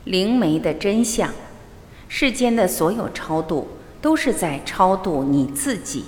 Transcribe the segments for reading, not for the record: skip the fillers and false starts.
灵媒的真相，世间的所有超度都是在超度你自己。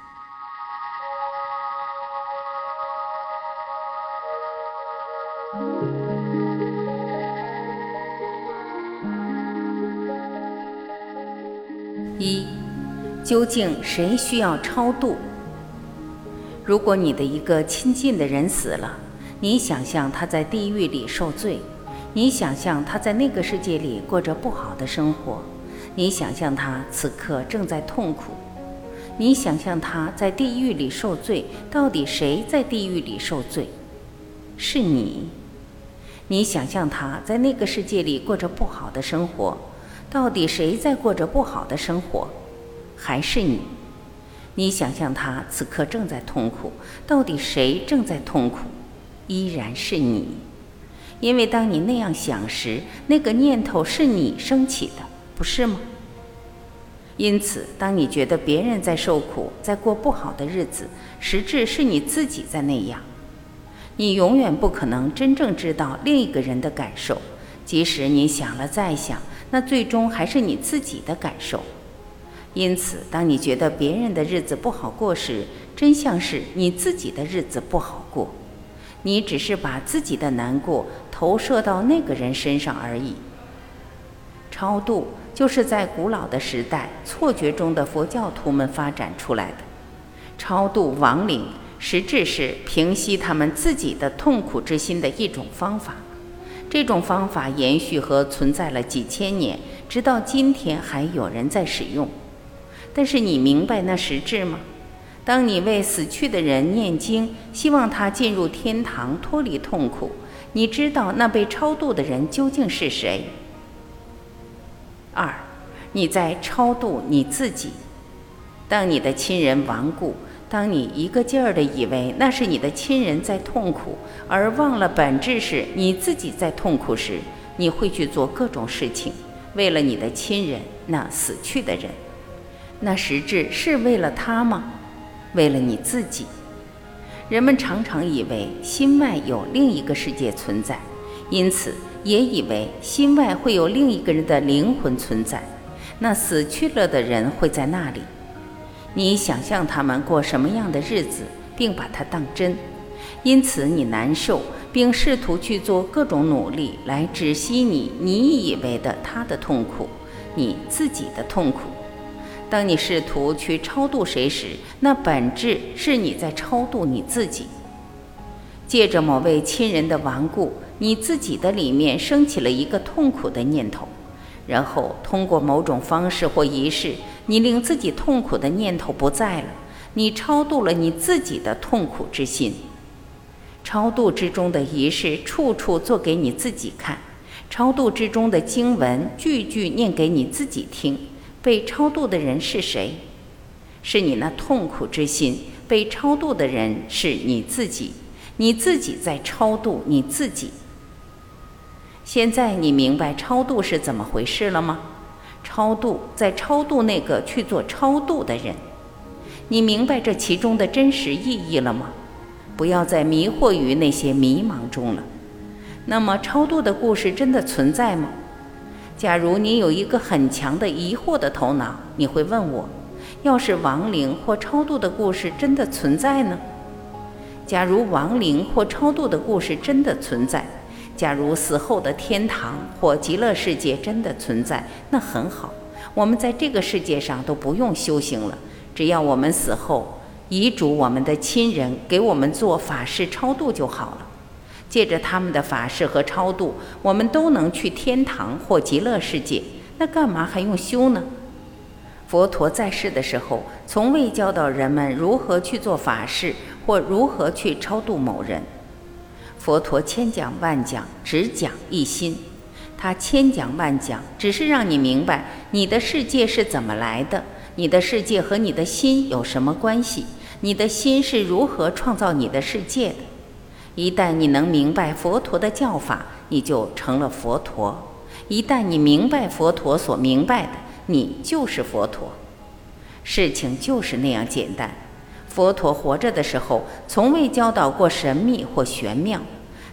一，究竟谁需要超度？如果你的一个亲近的人死了，你想象他在地狱里受罪，你想象他在那个世界里过着不好的生活，你想象他此刻正在痛苦，你想象他在地狱里受罪，到底谁在地狱里受罪？是你。你想象他在那个世界里过着不好的生活，到底谁在过着不好的生活？还是你。你想象他此刻正在痛苦，到底谁正在痛苦？依然是你。因为当你那样想时，那个念头是你升起的，不是吗？因此，当你觉得别人在受苦，在过不好的日子，实质是你自己在那样。你永远不可能真正知道另一个人的感受，即使你想了再想，那最终还是你自己的感受。因此，当你觉得别人的日子不好过时，真相是你自己的日子不好过。你只是把自己的难过投射到那个人身上而已。超度就是在古老的时代错觉中的佛教徒们发展出来的。超度亡灵实质是平息他们自己的痛苦之心的一种方法。这种方法延续和存在了几千年，直到今天还有人在使用。但是你明白那实质吗？当你为死去的人念经，希望他进入天堂脱离痛苦，你知道那被超度的人究竟是谁？二，你在超度你自己。当你的亲人亡故，当你一个劲儿地以为那是你的亲人在痛苦，而忘了本质是你自己在痛苦时，你会去做各种事情，为了你的亲人，那死去的人。那实质是为了他吗？为了你自己。人们常常以为心外有另一个世界存在，因此也以为心外会有另一个人的灵魂存在，那死去了的人会在那里。你想象他们过什么样的日子，并把它当真，因此你难受，并试图去做各种努力来止息你以为的他的痛苦，你自己的痛苦。当你试图去超度谁时，那本质是你在超度你自己。借着某位亲人的亡故，你自己的里面升起了一个痛苦的念头，然后通过某种方式或仪式，你令自己痛苦的念头不在了，你超度了你自己的痛苦之心。超度之中的仪式处处做给你自己看，超度之中的经文句句念给你自己听。被超度的人是谁？是你那痛苦之心。被超度的人是你自己，你自己在超度你自己。现在你明白超度是怎么回事了吗？超度在超度那个去做超度的人。你明白这其中的真实意义了吗？不要再迷惑于那些迷茫中了。那么超度的故事真的存在吗？假如你有一个很强的疑惑的头脑，你会问我，要是亡灵或超度的故事真的存在呢？假如亡灵或超度的故事真的存在，假如死后的天堂或极乐世界真的存在，那很好，我们在这个世界上都不用修行了，只要我们死后遗嘱我们的亲人给我们做法事超度就好了。借着他们的法事和超度，我们都能去天堂或极乐世界，那干嘛还用修呢？佛陀在世的时候，从未教导人们如何去做法事或如何去超度某人。佛陀千讲万讲，只讲一心。他千讲万讲，只是让你明白你的世界是怎么来的，你的世界和你的心有什么关系，你的心是如何创造你的世界的。一旦你能明白佛陀的教法，你就成了佛陀。一旦你明白佛陀所明白的，你就是佛陀。事情就是那样简单。佛陀活着的时候，从未教导过神秘或玄妙，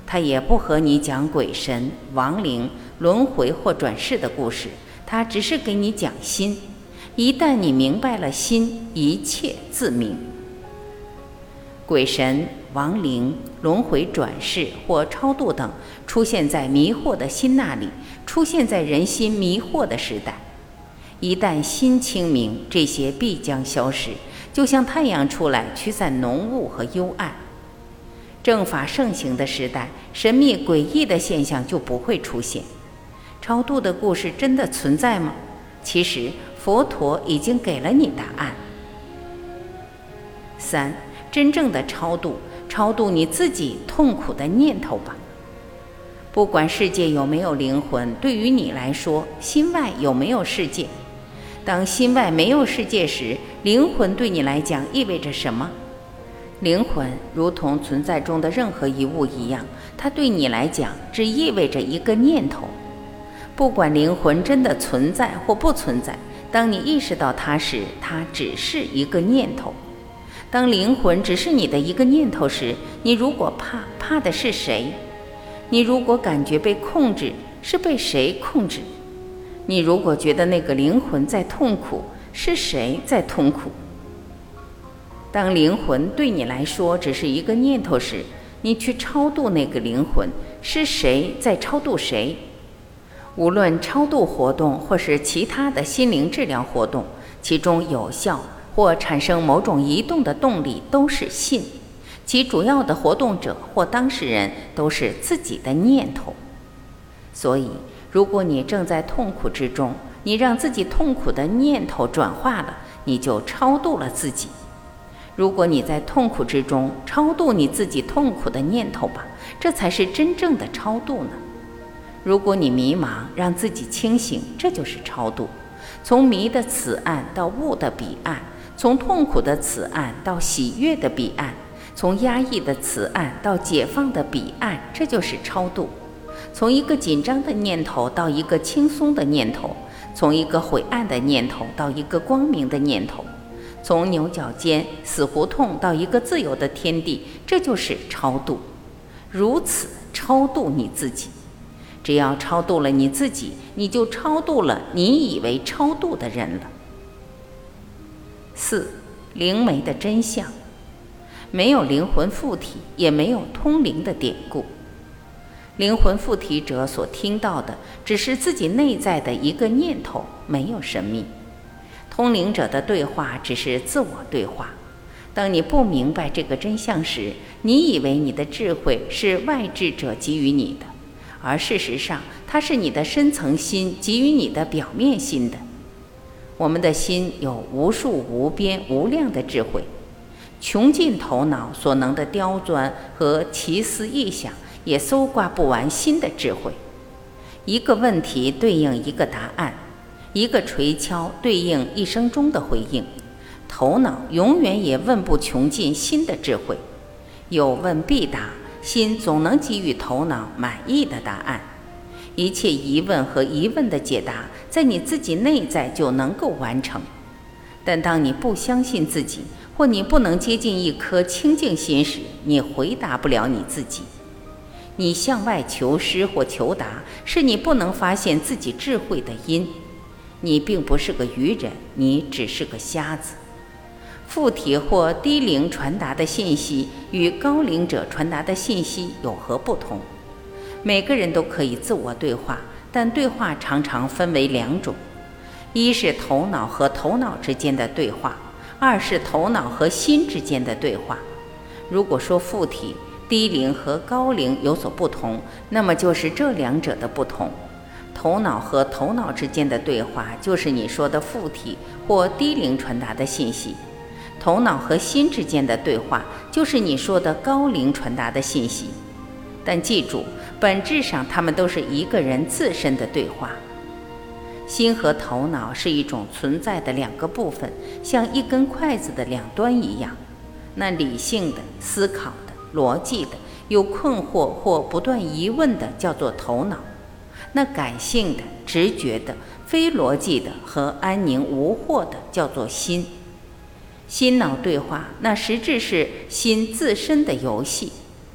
他也不和你讲鬼神、亡灵、轮回或转世的故事，他只是给你讲心。一旦你明白了心，一切自明。鬼神、亡灵、轮回转世或超度等出现在迷惑的心那里，出现在人心迷惑的时代。一旦心清明，这些必将消失，就像太阳出来驱散浓雾和幽暗。正法盛行的时代，神秘诡异的现象就不会出现。超度的故事真的存在吗？其实佛陀已经给了你答案。3. 真正的超度，超度你自己痛苦的念头吧。不管世界有没有灵魂，对于你来说，心外有没有世界？当心外没有世界时，灵魂对你来讲意味着什么？灵魂如同存在中的任何一物一样，它对你来讲只意味着一个念头。不管灵魂真的存在或不存在，当你意识到它时，它只是一个念头。当灵魂只是你的一个念头时，你如果怕的是谁？你如果感觉被控制，是被谁控制？你如果觉得那个灵魂在痛苦，是谁在痛苦？当灵魂对你来说只是一个念头时，你去超度那个灵魂，是谁在超度谁？无论超度活动或是其他的心灵治疗活动，其中有效或产生某种移动的动力都是信，其主要的活动者或当事人都是自己的念头。所以如果你正在痛苦之中，你让自己痛苦的念头转化了，你就超度了自己。如果你在痛苦之中，超度你自己痛苦的念头吧，这才是真正的超度呢。如果你迷茫，让自己清醒，这就是超度。从迷的此岸到悟的彼岸，从痛苦的此岸到喜悦的彼岸，从压抑的此岸到解放的彼岸，这就是超度。从一个紧张的念头到一个轻松的念头，从一个晦暗的念头到一个光明的念头，从牛角尖、死胡同到一个自由的天地，这就是超度。如此超度你自己。只要超度了你自己，你就超度了你以为超度的人了。4. 灵媒的真相。没有灵魂附体，也没有通灵的典故。灵魂附体者所听到的只是自己内在的一个念头，没有神秘。通灵者的对话只是自我对话。当你不明白这个真相时，你以为你的智慧是外智者给予你的，而事实上它是你的深层心给予你的表面心的。我们的心有无数无边无量的智慧，穷尽头脑所能的刁钻和奇思异想，也搜刮不完新的智慧。一个问题对应一个答案，一个捶敲对应一生中的回应。头脑永远也问不穷尽新的智慧，有问必答，心总能给予头脑满意的答案。一切疑问和疑问的解答，在你自己内在就能够完成。但当你不相信自己，或你不能接近一颗清净心时，你回答不了你自己。你向外求师或求答，是你不能发现自己智慧的因。你并不是个愚人，你只是个瞎子。附体或低灵传达的信息与高灵者传达的信息有何不同？每个人都可以自我对话，但对话常常分为2种：一是头脑和头脑之间的对话，二是头脑和心之间的对话。如果说附体、低灵和高灵有所不同，那么就是这2者的不同。头脑和头脑之间的对话，就是你说的附体或低灵传达的信息；头脑和心之间的对话，就是你说的高灵传达的信息。但记住，本质上它们都是一个人自身的对话。心和头脑是一种存在的2个部分，像一根筷子的2端一样。那理性的、思考的、逻辑的、有困惑或不断疑问的叫做头脑，那感性的、直觉的、非逻辑的和安宁无惑的叫做心。心脑对话，那实质是心自身的游戏。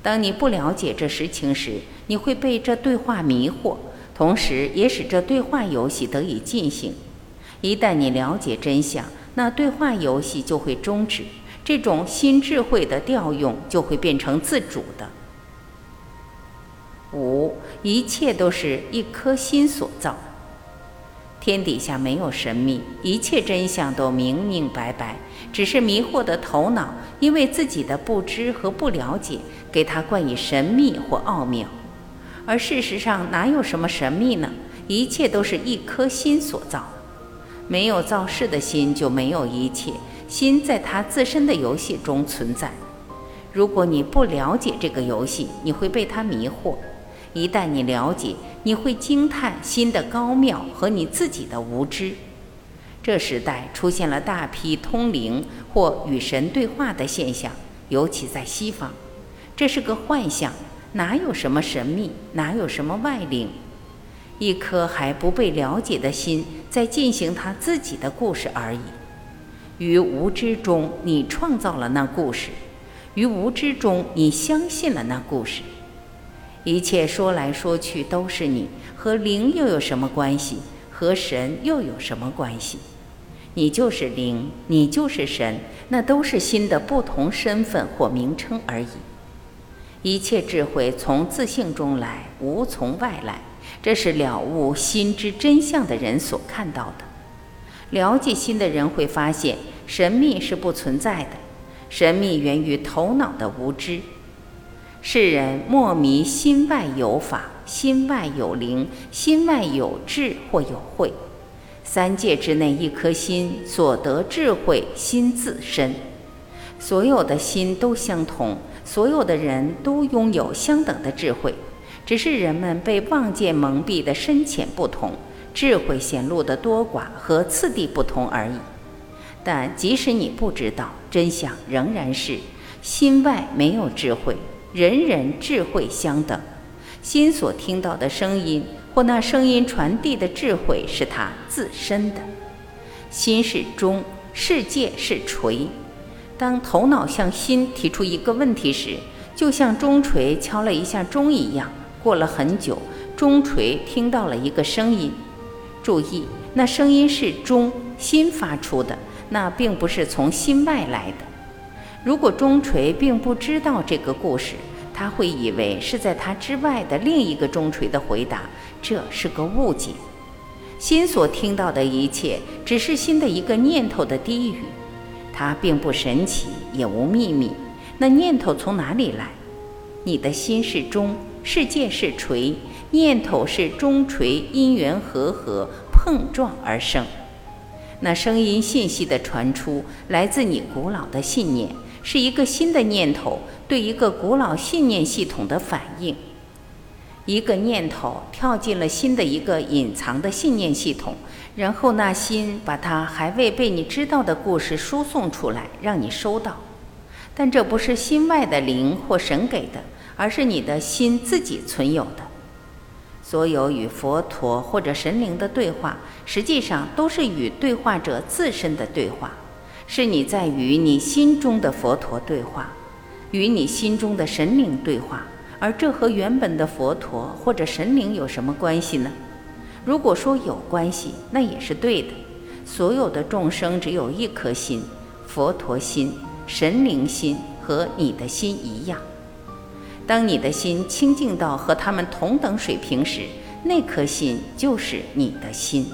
当你不了解这实情时，你会被这对话迷惑，同时也使这对话游戏得以进行。一旦你了解真相，那对话游戏就会终止，这种新智慧的调用就会变成自主的。5. 一切都是一颗心所造。天底下没有神秘，一切真相都明明白白，只是迷惑的头脑因为自己的不知和不了解，给它冠以神秘或奥妙。而事实上哪有什么神秘呢？一切都是一颗心所造。没有造事的心就没有一切，心在它自身的游戏中存在。如果你不了解这个游戏，你会被它迷惑。一旦你了解，你会惊叹心的高妙和你自己的无知。这时代出现了大批通灵或与神对话的现象，尤其在西方。这是个幻象，哪有什么神秘，哪有什么外灵？一颗还不被了解的心在进行他自己的故事而已。于无知中，你创造了那故事；于无知中，你相信了那故事。一切说来说去都是你，和灵又有什么关系？和神又有什么关系？你就是灵，你就是神，那都是心的不同身份或名称而已。一切智慧从自性中来，无从外来，这是了悟心之真相的人所看到的。了解心的人会发现，神秘是不存在的，神秘源于头脑的无知。世人莫迷心外有法，心外有灵，心外有智或有慧。三界之内一颗心所得智慧，心自身。所有的心都相同，所有的人都拥有相等的智慧，只是人们被妄见蒙蔽的深浅不同，智慧显露的多寡和次第不同而已。但即使你不知道，真相仍然是心外没有智慧，人人智慧相等。心所听到的声音或那声音传递的智慧是它自身的。心是钟，世界是锤。当头脑向心提出一个问题时，就像钟锤敲了一下钟一样，过了很久，钟锤听到了一个声音。注意，那声音是钟，心发出的，那并不是从心外来的。如果钟锤并不知道这个故事，他会以为是在他之外的另一个钟锤的回答，这是个误解。心所听到的一切，只是心的一个念头的低语，它并不神奇，也无秘密。那念头从哪里来？你的心是钟，世界是锤，念头是钟锤因缘合碰撞而生。那声音信息的传出，来自你古老的信念，是一个新的念头对一个古老信念系统的反应。一个念头跳进了新的一个隐藏的信念系统，然后那心把它还未被你知道的故事输送出来，让你收到。但这不是心外的灵或神给的，而是你的心自己存有的。所有与佛陀或者神灵的对话，实际上都是与对话者自身的对话，是你在与你心中的佛陀对话，与你心中的神灵对话。而这和原本的佛陀或者神灵有什么关系呢？如果说有关系，那也是对的。所有的众生只有一颗心，佛陀心、神灵心和你的心一样。当你的心清净到和他们同等水平时，那颗心就是你的心。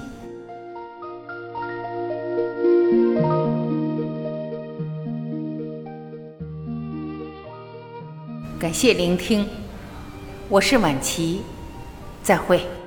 感谢聆听，我是婉琪，再会。